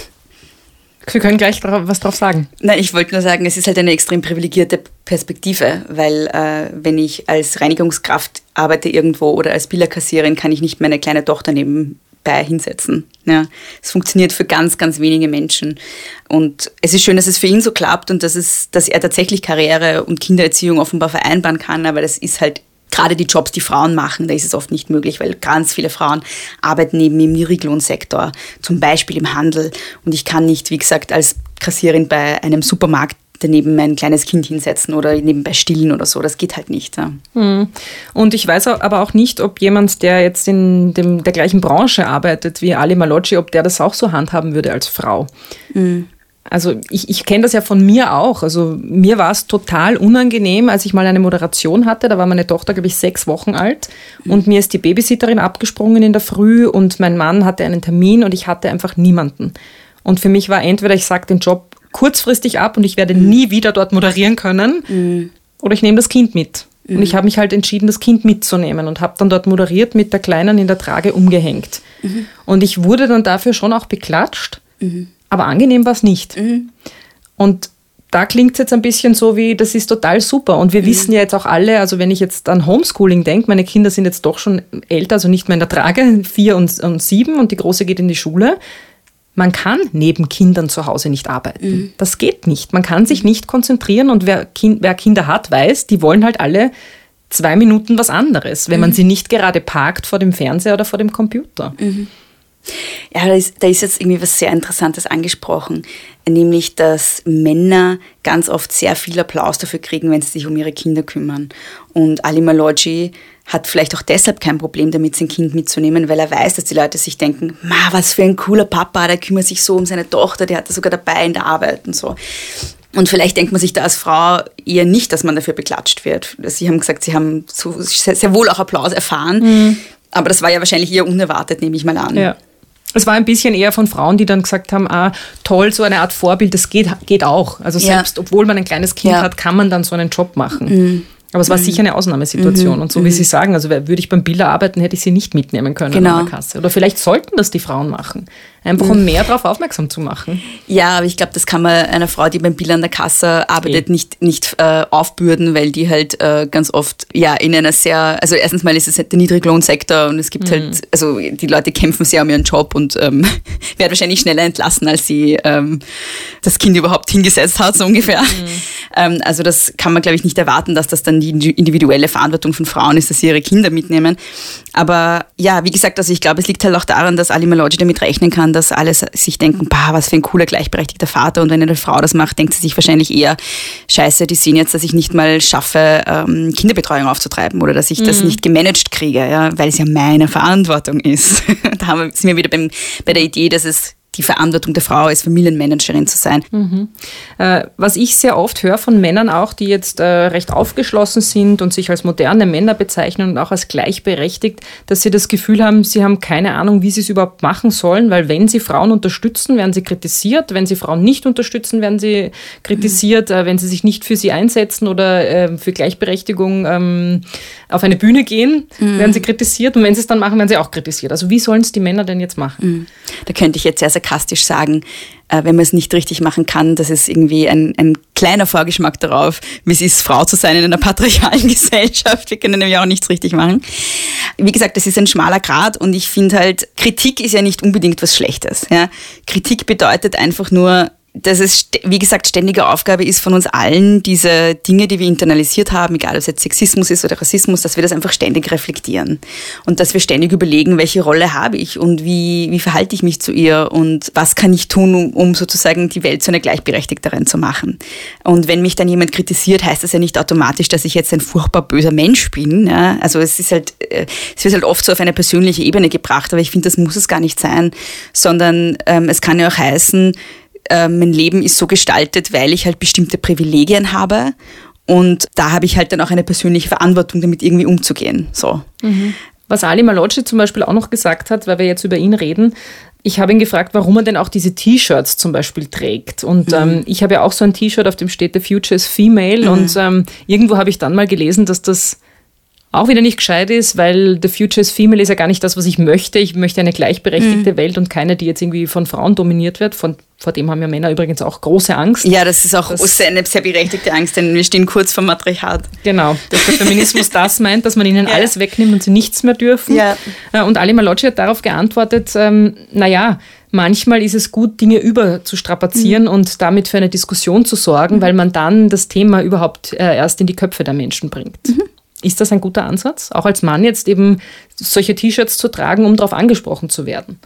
Wir können gleich was drauf sagen. Nein, ich wollte nur sagen, es ist halt eine extrem privilegierte Perspektive, weil äh, wenn ich als Reinigungskraft arbeite irgendwo oder als Billerkassierin, kann ich nicht meine kleine Tochter nebenbei hinsetzen. Ja, es funktioniert für ganz, ganz wenige Menschen. Und es ist schön, dass es für ihn so klappt und dass, es, dass er tatsächlich Karriere und Kindererziehung offenbar vereinbaren kann, aber das ist halt gerade die Jobs, die Frauen machen, da ist es oft nicht möglich, weil ganz viele Frauen arbeiten eben im Niedriglohnsektor, zum Beispiel im Handel. Und ich kann nicht, wie gesagt, als Kassierin bei einem Supermarkt daneben mein kleines Kind hinsetzen oder nebenbei stillen oder so. Das geht halt nicht. Ja. Und ich weiß aber auch nicht, ob jemand, der jetzt in dem, der gleichen Branche arbeitet wie Ali Malocci, ob der das auch so handhaben würde als Frau. Mhm. Also ich, ich kenne das ja von mir auch. Also mir war es total unangenehm, als ich mal eine Moderation hatte. Da war meine Tochter, glaube ich, sechs Wochen alt und mir ist die Babysitterin abgesprungen in der Früh und mein Mann hatte einen Termin und ich hatte einfach niemanden. Und für mich war entweder, ich sage den Job kurzfristig ab und ich werde mhm. nie wieder dort moderieren können, mhm. oder ich nehme das Kind mit. Mhm. Und ich habe mich halt entschieden, das Kind mitzunehmen und habe dann dort moderiert, mit der Kleinen in der Trage umgehängt. Mhm. Und ich wurde dann dafür schon auch beklatscht, mhm. aber angenehm war es nicht. Mhm. Und da klingt es jetzt ein bisschen so wie, das ist total super. Und wir mhm. wissen ja jetzt auch alle, also wenn ich jetzt an Homeschooling denke, meine Kinder sind jetzt doch schon älter, also nicht mehr in der Trage, vier und, und sieben und die Große geht in die Schule. Man kann neben Kindern zu Hause nicht arbeiten. Mhm. Das geht nicht. Man kann sich nicht konzentrieren und wer, kind, wer Kinder hat, weiß, die wollen halt alle zwei Minuten was anderes, wenn mhm. man sie nicht gerade parkt vor dem Fernseher oder vor dem Computer. Mhm. Ja, da ist, da ist jetzt irgendwie was sehr Interessantes angesprochen, nämlich, dass Männer ganz oft sehr viel Applaus dafür kriegen, wenn sie sich um ihre Kinder kümmern. Und Ali Maloggi hat vielleicht auch deshalb kein Problem damit, sein Kind mitzunehmen, weil er weiß, dass die Leute sich denken, ma, was für ein cooler Papa, der kümmert sich so um seine Tochter, der hat das sogar dabei in der Arbeit und so. Und vielleicht denkt man sich da als Frau eher nicht, dass man dafür beklatscht wird. Sie haben gesagt, sie haben so sehr, sehr wohl auch Applaus erfahren, mhm. aber das war ja wahrscheinlich eher unerwartet, nehme ich mal an. Ja. Es war ein bisschen eher von Frauen, die dann gesagt haben, ah, toll, so eine Art Vorbild, das geht, geht auch. Also selbst, ja. obwohl man ein kleines Kind ja. hat, kann man dann so einen Job machen. Mhm. Aber es war mhm. sicher eine Ausnahmesituation. Mhm. Und so wie Sie sagen, also würde ich beim Bilder arbeiten, hätte ich sie nicht mitnehmen können genau. an der Kasse. Oder vielleicht sollten das die Frauen machen. Einfach um mehr darauf aufmerksam zu machen. Ja, aber ich glaube, das kann man einer Frau, die beim Biller an der Kasse arbeitet, okay. nicht, nicht äh, aufbürden, weil die halt äh, ganz oft ja in einer sehr, also erstens mal ist es halt der Niedriglohnsektor und es gibt mhm. halt, also die Leute kämpfen sehr um ihren Job und ähm, werden wahrscheinlich schneller entlassen, als sie ähm, das Kind überhaupt hingesetzt hat, so ungefähr. Mhm. Ähm, also das kann man, glaube ich, nicht erwarten, dass das dann die individuelle Verantwortung von Frauen ist, dass sie ihre Kinder mitnehmen. Aber ja, wie gesagt, also ich glaube, es liegt halt auch daran, dass Ali Maloggi damit rechnen kann, dass alle sich denken, bah, was für ein cooler, gleichberechtigter Vater. Und wenn eine Frau das macht, denkt sie sich wahrscheinlich eher, scheiße, die sehen jetzt, dass ich nicht mal schaffe, ähm, Kinderbetreuung aufzutreiben oder dass ich mhm. das nicht gemanagt kriege, ja, weil es ja meine Verantwortung ist. Da haben wir, sind wir wieder beim, bei der Idee, dass es die Verantwortung der Frau ist, Familienmanagerin zu sein. Mhm. Äh, was ich sehr oft höre von Männern auch, die jetzt äh, recht aufgeschlossen sind und sich als moderne Männer bezeichnen und auch als gleichberechtigt, dass sie das Gefühl haben, sie haben keine Ahnung, wie sie es überhaupt machen sollen, weil wenn sie Frauen unterstützen, werden sie kritisiert, wenn sie Frauen nicht unterstützen, werden sie kritisiert, mhm. äh, wenn sie sich nicht für sie einsetzen oder äh, für Gleichberechtigung ähm, auf eine Bühne gehen, mhm. werden sie kritisiert und wenn sie es dann machen, werden sie auch kritisiert. Also wie sollen es die Männer denn jetzt machen? Mhm. Da könnte ich jetzt sehr sarkastisch sagen, äh, wenn man es nicht richtig machen kann, das ist irgendwie ein, ein kleiner Vorgeschmack darauf, wie es ist, Frau zu sein in einer patriarchalen Gesellschaft. Wir können nämlich auch nichts richtig machen. Wie gesagt, das ist ein schmaler Grat und ich finde halt, Kritik ist ja nicht unbedingt was Schlechtes. Ja? Kritik bedeutet einfach nur, dass es, wie gesagt, ständige Aufgabe ist von uns allen, diese Dinge, die wir internalisiert haben, egal ob es jetzt Sexismus ist oder Rassismus, dass wir das einfach ständig reflektieren und dass wir ständig überlegen, welche Rolle habe ich und wie, wie verhalte ich mich zu ihr und was kann ich tun, um, um sozusagen die Welt zu einer gleichberechtigteren zu machen. Und wenn mich dann jemand kritisiert, heißt das ja nicht automatisch, dass ich jetzt ein furchtbar böser Mensch bin. Ja? Also es ist halt, es wird halt oft so auf eine persönliche Ebene gebracht, aber ich finde, das muss es gar nicht sein, sondern ähm, es kann ja auch heißen, mein Leben ist so gestaltet, weil ich halt bestimmte Privilegien habe und da habe ich halt dann auch eine persönliche Verantwortung, damit irgendwie umzugehen. So. Mhm. Was Ali Maloggi zum Beispiel auch noch gesagt hat, weil wir jetzt über ihn reden, ich habe ihn gefragt, warum er denn auch diese T-Shirts zum Beispiel trägt. Und mhm. ähm, ich habe ja auch so ein T-Shirt, auf dem steht The Future is Female. Mhm. Und ähm, irgendwo habe ich dann mal gelesen, dass das auch wieder nicht gescheit ist, weil The Future is Female ist ja gar nicht das, was ich möchte. Ich möchte eine gleichberechtigte mhm. Welt und keine, die jetzt irgendwie von Frauen dominiert wird. Von, vor dem haben ja Männer übrigens auch große Angst. Ja, das ist auch das, eine sehr berechtigte Angst, denn wir stehen kurz vor Matriarchat. Genau, dass der Feminismus das meint, dass man ihnen ja. alles wegnimmt und sie nichts mehr dürfen. Ja. Und Ali Maloggi hat darauf geantwortet, ähm, naja, manchmal ist es gut, Dinge überzustrapazieren mhm. und damit für eine Diskussion zu sorgen, mhm. weil man dann das Thema überhaupt äh, erst in die Köpfe der Menschen bringt. Mhm. Ist das ein guter Ansatz, auch als Mann jetzt eben solche T-Shirts zu tragen, um darauf angesprochen zu werden?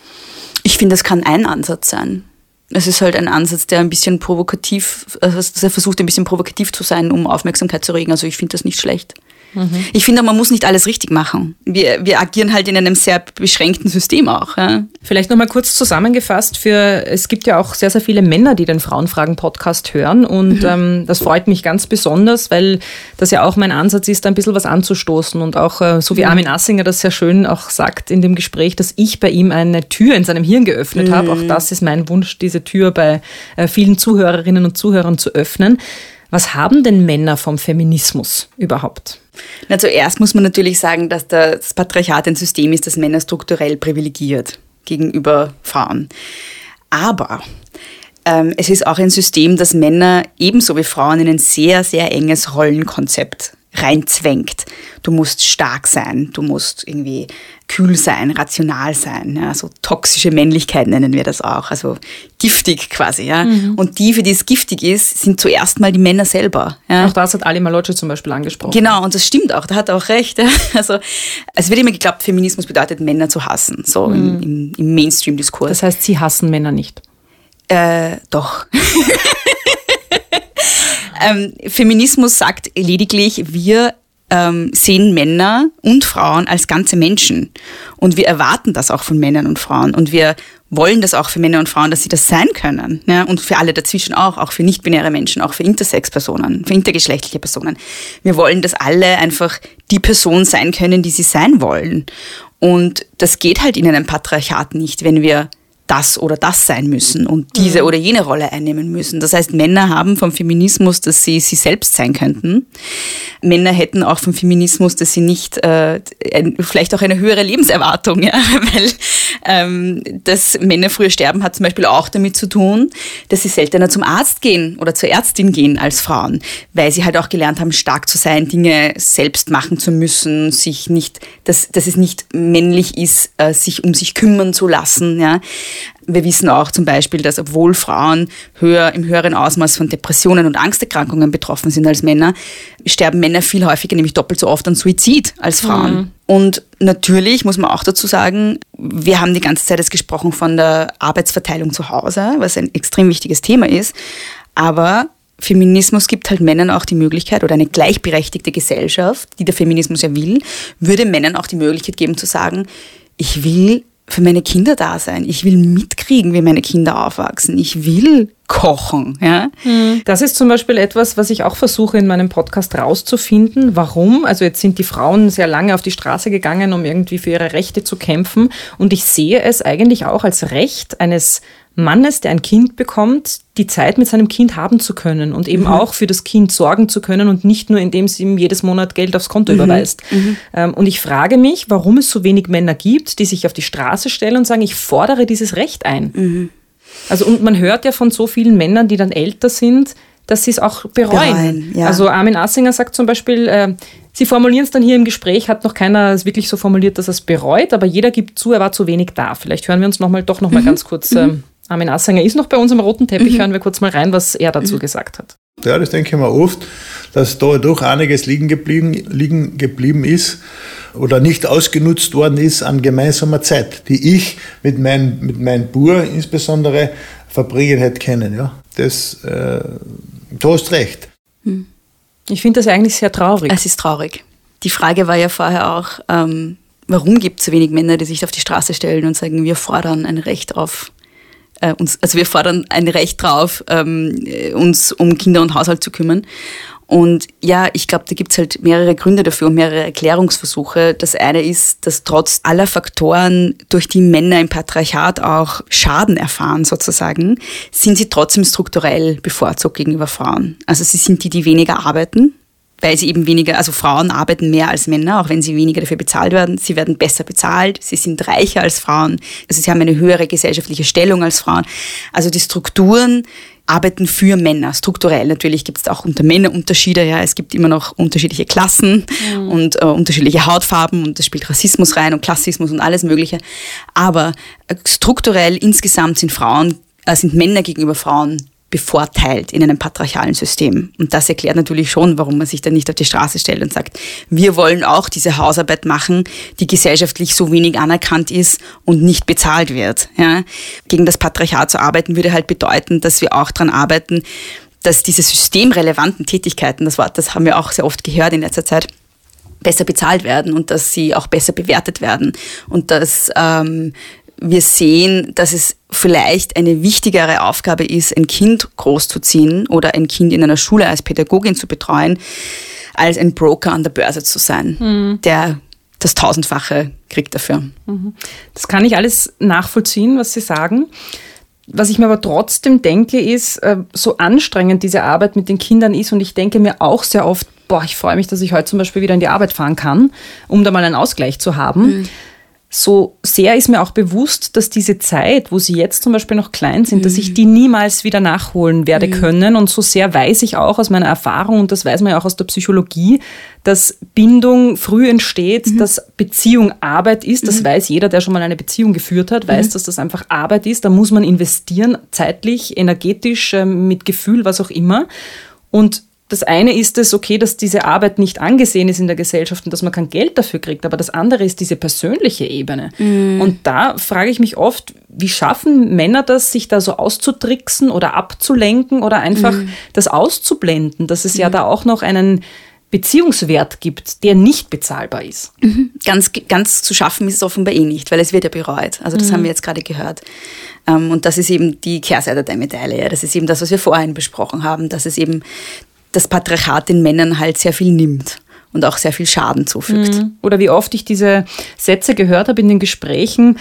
Ich finde, das kann ein Ansatz sein. Es ist halt ein Ansatz, der ein bisschen provokativ, also der versucht ein bisschen provokativ zu sein, um Aufmerksamkeit zu regen. Also ich finde das nicht schlecht. Mhm. Ich finde, man muss nicht alles richtig machen. Wir, wir agieren halt in einem sehr beschränkten System auch. Ja. Vielleicht nochmal kurz zusammengefasst, für es gibt ja auch sehr, sehr viele Männer, die den Frauenfragen-Podcast hören und mhm. ähm, das freut mich ganz besonders, weil das ja auch mein Ansatz ist, ein bisschen was anzustoßen und auch, äh, so wie mhm. Armin Assinger das sehr schön auch sagt in dem Gespräch, dass ich bei ihm eine Tür in seinem Hirn geöffnet mhm. habe. Auch das ist mein Wunsch, diese Tür bei äh, vielen Zuhörerinnen und Zuhörern zu öffnen. Was haben denn Männer vom Feminismus überhaupt? Na, zuerst muss man natürlich sagen, dass das Patriarchat ein System ist, das Männer strukturell privilegiert gegenüber Frauen. Aber ähm, es ist auch ein System, das Männer ebenso wie Frauen in ein sehr, sehr enges Rollenkonzept reinzwängt. Du musst stark sein, du musst irgendwie kühl sein, rational sein. Ja, so toxische Männlichkeit nennen wir das auch, also giftig quasi. Ja. Mhm. Und die, für die es giftig ist, sind zuerst mal die Männer selber. Ja. Auch das hat Ali Malocci zum Beispiel angesprochen. Genau, und das stimmt auch, da hat er auch recht. Ja. Also es wird immer geglaubt, Feminismus bedeutet, Männer zu hassen, so mhm. im, im, im Mainstream-Diskurs. Das heißt, Sie hassen Männer nicht? Äh, doch. ähm, Feminismus sagt lediglich, wir ähm, sehen Männer und Frauen als ganze Menschen. Und wir erwarten das auch von Männern und Frauen. Und wir wollen das auch für Männer und Frauen, dass sie das sein können. Ja? Und für alle dazwischen auch, auch für nicht-binäre Menschen, auch für Intersex-Personen, für intergeschlechtliche Personen. Wir wollen, dass alle einfach die Person sein können, die sie sein wollen. Und das geht halt in einem Patriarchat nicht, wenn wir das oder das sein müssen und diese mhm. oder jene Rolle einnehmen müssen. Das heißt, Männer haben vom Feminismus, dass sie sie selbst sein könnten. Männer hätten auch vom Feminismus, dass sie nicht, äh, ein, vielleicht auch eine höhere Lebenserwartung, ja, weil ähm, dass Männer früher sterben, hat zum Beispiel auch damit zu tun, dass sie seltener zum Arzt gehen oder zur Ärztin gehen als Frauen, weil sie halt auch gelernt haben, stark zu sein, Dinge selbst machen zu müssen, sich nicht, dass, dass es nicht männlich ist, äh, sich um sich kümmern zu lassen, ja. Wir wissen auch zum Beispiel, dass obwohl Frauen höher, im höheren Ausmaß von Depressionen und Angsterkrankungen betroffen sind als Männer, sterben Männer viel häufiger, nämlich doppelt so oft an Suizid als Frauen. Mhm. Und natürlich muss man auch dazu sagen, wir haben die ganze Zeit jetzt gesprochen von der Arbeitsverteilung zu Hause, was ein extrem wichtiges Thema ist, aber Feminismus gibt halt Männern auch die Möglichkeit, oder eine gleichberechtigte Gesellschaft, die der Feminismus ja will, würde Männern auch die Möglichkeit geben zu sagen, ich will für meine Kinder da sein. Ich will mitkriegen, wie meine Kinder aufwachsen. Ich will kochen. Ja? Das ist zum Beispiel etwas, was ich auch versuche in meinem Podcast rauszufinden. Warum? Also jetzt sind die Frauen sehr lange auf die Straße gegangen, um irgendwie für ihre Rechte zu kämpfen. Und ich sehe es eigentlich auch als Recht eines Mannes, der ein Kind bekommt, die Zeit mit seinem Kind haben zu können und eben mhm. auch für das Kind sorgen zu können und nicht nur, indem sie ihm jedes Monat Geld aufs Konto mhm. überweist. Mhm. Ähm, und ich frage mich, warum es so wenig Männer gibt, die sich auf die Straße stellen und sagen, ich fordere dieses Recht ein. Mhm. Also und man hört ja von so vielen Männern, die dann älter sind, dass sie es auch bereuen. bereuen ja. Also Armin Assinger sagt zum Beispiel, äh, sie formulieren es dann hier im Gespräch, hat noch keiner es wirklich so formuliert, dass er es bereut, aber jeder gibt zu, er war zu wenig da. Vielleicht hören wir uns noch mal, doch noch mal mhm. ganz kurz... Äh, Armin Assinger ist noch bei uns am roten Teppich. Mhm. Hören wir kurz mal rein, was er dazu mhm. gesagt hat. Ja, das denke ich mir oft, dass da doch einiges liegen geblieben, liegen geblieben ist oder nicht ausgenutzt worden ist an gemeinsamer Zeit, die ich mit meinem mit mein Bur insbesondere verbringen hätte können. Ja, das, äh, du hast recht. Ich finde das eigentlich sehr traurig. Es ist traurig. Die Frage war ja vorher auch, ähm, warum gibt es so wenig Männer, die sich auf die Straße stellen und sagen, wir fordern ein Recht auf Äh, uns, also wir fordern ein Recht drauf, ähm, uns um Kinder und Haushalt zu kümmern. Und ja, ich glaube, da gibt es halt mehrere Gründe dafür und mehrere Erklärungsversuche. Das eine ist, dass trotz aller Faktoren, durch die Männer im Patriarchat auch Schaden erfahren sozusagen, sind sie trotzdem strukturell bevorzugt gegenüber Frauen. Also sie sind die, die weniger arbeiten, weil sie eben weniger, also Frauen arbeiten mehr als Männer, auch wenn sie weniger dafür bezahlt werden. Sie werden besser bezahlt, sie sind reicher als Frauen, also sie haben eine höhere gesellschaftliche Stellung als Frauen. Also die Strukturen arbeiten für Männer, strukturell. Natürlich gibt es auch unter Männern Unterschiede, ja, es gibt immer noch unterschiedliche Klassen mhm. und äh, unterschiedliche Hautfarben und das spielt Rassismus rein und Klassismus und alles Mögliche. Aber äh, strukturell insgesamt sind Frauen, äh, sind Männer gegenüber Frauen bevorteilt in einem patriarchalen System. Und das erklärt natürlich schon, warum man sich dann nicht auf die Straße stellt und sagt, wir wollen auch diese Hausarbeit machen, die gesellschaftlich so wenig anerkannt ist und nicht bezahlt wird. Ja? Gegen das Patriarchat zu arbeiten würde halt bedeuten, dass wir auch daran arbeiten, dass diese systemrelevanten Tätigkeiten, das Wort, das haben wir auch sehr oft gehört in letzter Zeit, besser bezahlt werden und dass sie auch besser bewertet werden und dass ähm, wir sehen, dass es vielleicht eine wichtigere Aufgabe ist, ein Kind großzuziehen oder ein Kind in einer Schule als Pädagogin zu betreuen, als ein Broker an der Börse zu sein, mhm. der das Tausendfache kriegt dafür. Das kann ich alles nachvollziehen, was Sie sagen. Was ich mir aber trotzdem denke, ist, so anstrengend diese Arbeit mit den Kindern ist und ich denke mir auch sehr oft, boah, ich freue mich, dass ich heute zum Beispiel wieder in die Arbeit fahren kann, um da mal einen Ausgleich zu haben. Mhm. So sehr ist mir auch bewusst, dass diese Zeit, wo sie jetzt zum Beispiel noch klein sind, mhm. dass ich die niemals wieder nachholen werde mhm. können. Und so sehr weiß ich auch aus meiner Erfahrung, und das weiß man ja auch aus der Psychologie, dass Bindung früh entsteht, mhm. dass Beziehung Arbeit ist. Das mhm. weiß jeder, der schon mal eine Beziehung geführt hat, weiß, mhm. dass das einfach Arbeit ist. Da muss man investieren, zeitlich, energetisch, mit Gefühl, was auch immer. Und das eine ist es, okay, dass diese Arbeit nicht angesehen ist in der Gesellschaft und dass man kein Geld dafür kriegt, aber das andere ist diese persönliche Ebene. Mm. Und da frage ich mich oft, wie schaffen Männer das, sich da so auszutricksen oder abzulenken oder einfach mm. das auszublenden, dass es mm. ja da auch noch einen Beziehungswert gibt, der nicht bezahlbar ist. Mhm. Ganz, ganz zu schaffen ist es offenbar eh nicht, weil es wird ja bereut. Also das mhm. haben wir jetzt gerade gehört. Und das ist eben die Kehrseite der Medaille. Das ist eben das, was wir vorhin besprochen haben, dass es eben das Patriarchat den Männern halt sehr viel nimmt und auch sehr viel Schaden zufügt. Oder wie oft ich diese Sätze gehört habe in den Gesprächen,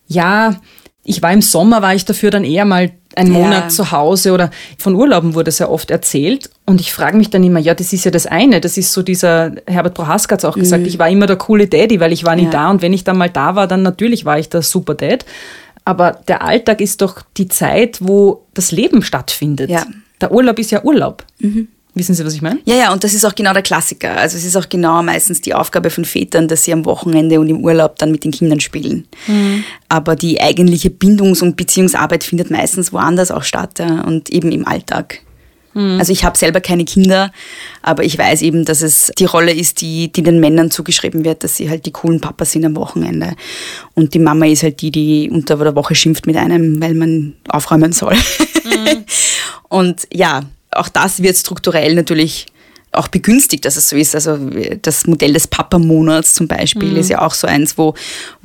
ja, ich war im Sommer, war ich dafür dann eher mal einen Monat ja. zu Hause oder von Urlauben wurde sehr oft erzählt und ich frage mich dann immer, ja, das ist ja das eine, das ist so dieser, Herbert Prohaska hat es auch mhm. gesagt, ich war immer der coole Daddy, weil ich war nie ja. da und wenn ich dann mal da war, dann natürlich war ich der super Dad, aber der Alltag ist doch die Zeit, wo das Leben stattfindet. Ja. Der Urlaub ist ja Urlaub. Mhm. Wissen Sie, was ich meine? Ja, ja, und das ist auch genau der Klassiker. Also es ist auch genau meistens die Aufgabe von Vätern, dass sie am Wochenende und im Urlaub dann mit den Kindern spielen. Mhm. Aber die eigentliche Bindungs- und Beziehungsarbeit findet meistens woanders auch statt, ja, und eben im Alltag. Mhm. Also ich habe selber keine Kinder, aber ich weiß eben, dass es die Rolle ist, die, die den Männern zugeschrieben wird, dass sie halt die coolen Papas sind am Wochenende. Und die Mama ist halt die, die unter der Woche schimpft mit einem, weil man aufräumen soll. Mhm. Und ja, auch das wird strukturell natürlich auch begünstigt, dass es so ist. Also das Modell des Papa-Monats zum Beispiel mhm. ist ja auch so eins, wo,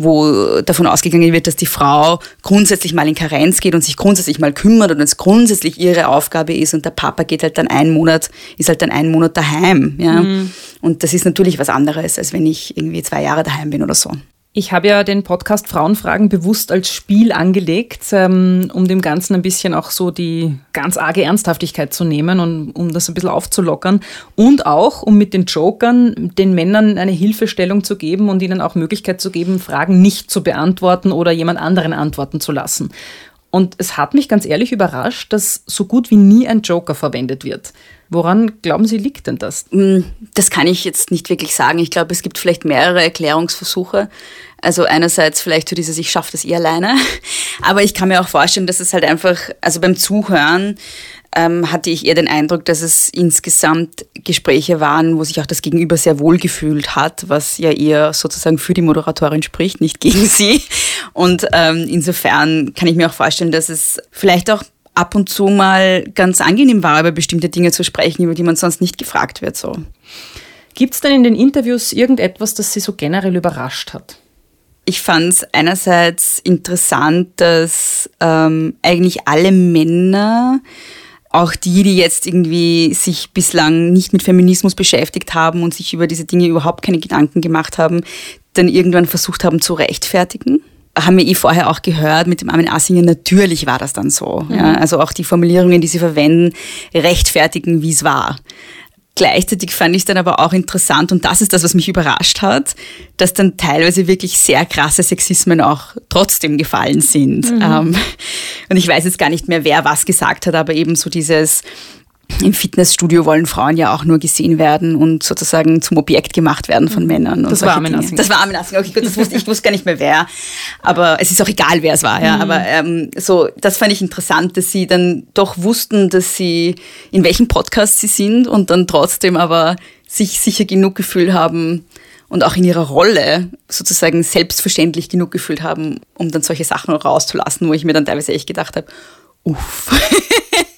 wo davon ausgegangen wird, dass die Frau grundsätzlich mal in Karenz geht und sich grundsätzlich mal kümmert und es grundsätzlich ihre Aufgabe ist und der Papa geht halt dann einen Monat, ist halt dann einen Monat daheim. Ja? Mhm. Und das ist natürlich was anderes, als wenn ich irgendwie zwei Jahre daheim bin oder so. Ich habe ja den Podcast Frauenfragen bewusst als Spiel angelegt, ähm, um dem Ganzen ein bisschen auch so die ganz arge Ernsthaftigkeit zu nehmen und um das ein bisschen aufzulockern und auch, um mit den Jokern den Männern eine Hilfestellung zu geben und ihnen auch Möglichkeit zu geben, Fragen nicht zu beantworten oder jemand anderen antworten zu lassen. Und es hat mich ganz ehrlich überrascht, dass so gut wie nie ein Joker verwendet wird. Woran, glauben Sie, liegt denn das? Das kann ich jetzt nicht wirklich sagen. Ich glaube, es gibt vielleicht mehrere Erklärungsversuche. Also einerseits vielleicht so dieses, ich schaffe das eh alleine. Aber ich kann mir auch vorstellen, dass es halt einfach, also beim Zuhören ähm, hatte ich eher den Eindruck, dass es insgesamt Gespräche waren, wo sich auch das Gegenüber sehr wohl gefühlt hat, was ja eher sozusagen für die Moderatorin spricht, nicht gegen sie. Und ähm, insofern kann ich mir auch vorstellen, dass es vielleicht auch ab und zu mal ganz angenehm war, über bestimmte Dinge zu sprechen, über die man sonst nicht gefragt wird. So. Gibt es denn in den Interviews irgendetwas, das Sie so generell überrascht hat? Ich fand es einerseits interessant, dass ähm, eigentlich alle Männer, auch die, die jetzt irgendwie sich bislang nicht mit Feminismus beschäftigt haben und sich über diese Dinge überhaupt keine Gedanken gemacht haben, dann irgendwann versucht haben zu rechtfertigen. Haben wir eh vorher auch gehört mit dem Armin Assinger, natürlich war das dann so. Mhm. Ja, also auch die Formulierungen, die sie verwenden, rechtfertigen, wie es war. Gleichzeitig fand ich es dann aber auch interessant, und das ist das, was mich überrascht hat, dass dann teilweise wirklich sehr krasse Sexismen auch trotzdem gefallen sind. Mhm. Ähm, und ich weiß jetzt gar nicht mehr, wer was gesagt hat, aber eben so dieses, im Fitnessstudio wollen Frauen ja auch nur gesehen werden und sozusagen zum Objekt gemacht werden von Männern. Das und war Armin Assinger. Das war Armin Assinger. Okay, gut, das wusste, ich wusste gar nicht mehr wer. Aber es ist auch egal, wer es war. Ja. Mhm. Aber ähm, so, das fand ich interessant, dass sie dann doch wussten, dass sie, in welchem Podcast sie sind und dann trotzdem aber sich sicher genug gefühlt haben und auch in ihrer Rolle sozusagen selbstverständlich genug gefühlt haben, um dann solche Sachen rauszulassen, wo ich mir dann teilweise echt gedacht habe, uff.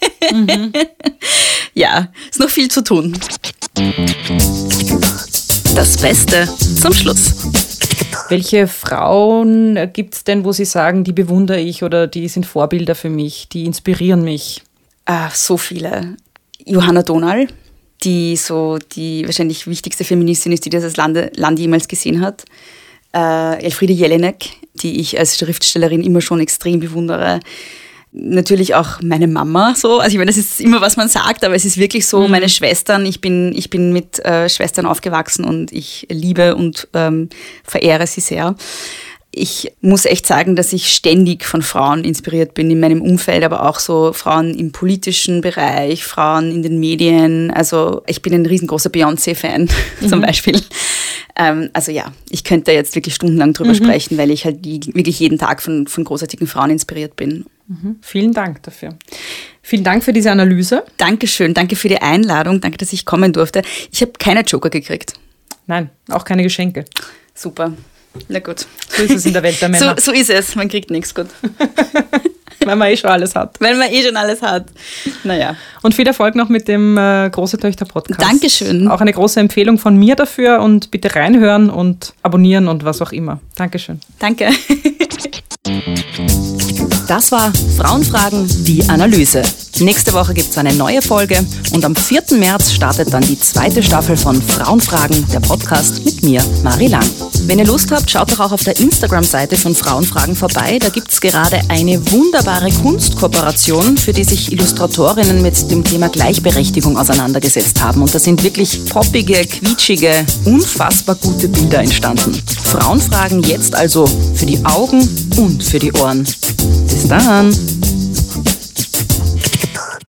Mhm. Ja, ist noch viel zu tun. Das Beste zum Schluss. Welche Frauen gibt es denn, wo Sie sagen, die bewundere ich oder die sind Vorbilder für mich, die inspirieren mich? Ah, so viele. Johanna Donal, die so die wahrscheinlich wichtigste Feministin ist, die dieses Land, Land jemals gesehen hat. Äh, Elfriede Jelinek, die ich als Schriftstellerin immer schon extrem bewundere. Natürlich auch meine Mama so. Also ich meine, das ist immer, was man sagt, aber es ist wirklich so, mhm. meine Schwestern, ich bin, ich bin mit äh, Schwestern aufgewachsen und ich liebe und ähm, verehre sie sehr. Ich muss echt sagen, dass ich ständig von Frauen inspiriert bin in meinem Umfeld, aber auch so Frauen im politischen Bereich, Frauen in den Medien. Also ich bin ein riesengroßer Beyoncé-Fan mhm. zum Beispiel. Ähm, also ja, ich könnte jetzt wirklich stundenlang drüber mhm. sprechen, weil ich halt die, wirklich jeden Tag von, von großartigen Frauen inspiriert bin. Mhm. Vielen Dank dafür. Vielen Dank für diese Analyse. Dankeschön, danke für die Einladung, danke, dass ich kommen durfte. Ich habe keine Joker gekriegt. Nein, auch keine Geschenke. Super. Na gut. So ist es in der Welt der Männer. So, so ist es, man kriegt nichts, gut. Weil man eh schon alles hat. Weil man eh schon alles hat. Naja. Und viel Erfolg noch mit dem äh, Große Töchter Podcast. Dankeschön. Auch eine große Empfehlung von mir dafür und bitte reinhören und abonnieren und was auch immer. Dankeschön. Danke. Das war Frauenfragen, die Analyse. Nächste Woche gibt es eine neue Folge und am vierten März startet dann die zweite Staffel von Frauenfragen, der Podcast mit mir, Mari Lang. Wenn ihr Lust habt, schaut doch auch auf der Instagram-Seite von Frauenfragen vorbei. Da gibt es gerade eine wunderbare Kunstkooperation, für die sich Illustratorinnen mit dem Thema Gleichberechtigung auseinandergesetzt haben. Und da sind wirklich poppige, quietschige, unfassbar gute Bilder entstanden. Frauenfragen jetzt also für die Augen und für die Ohren. Bis dann!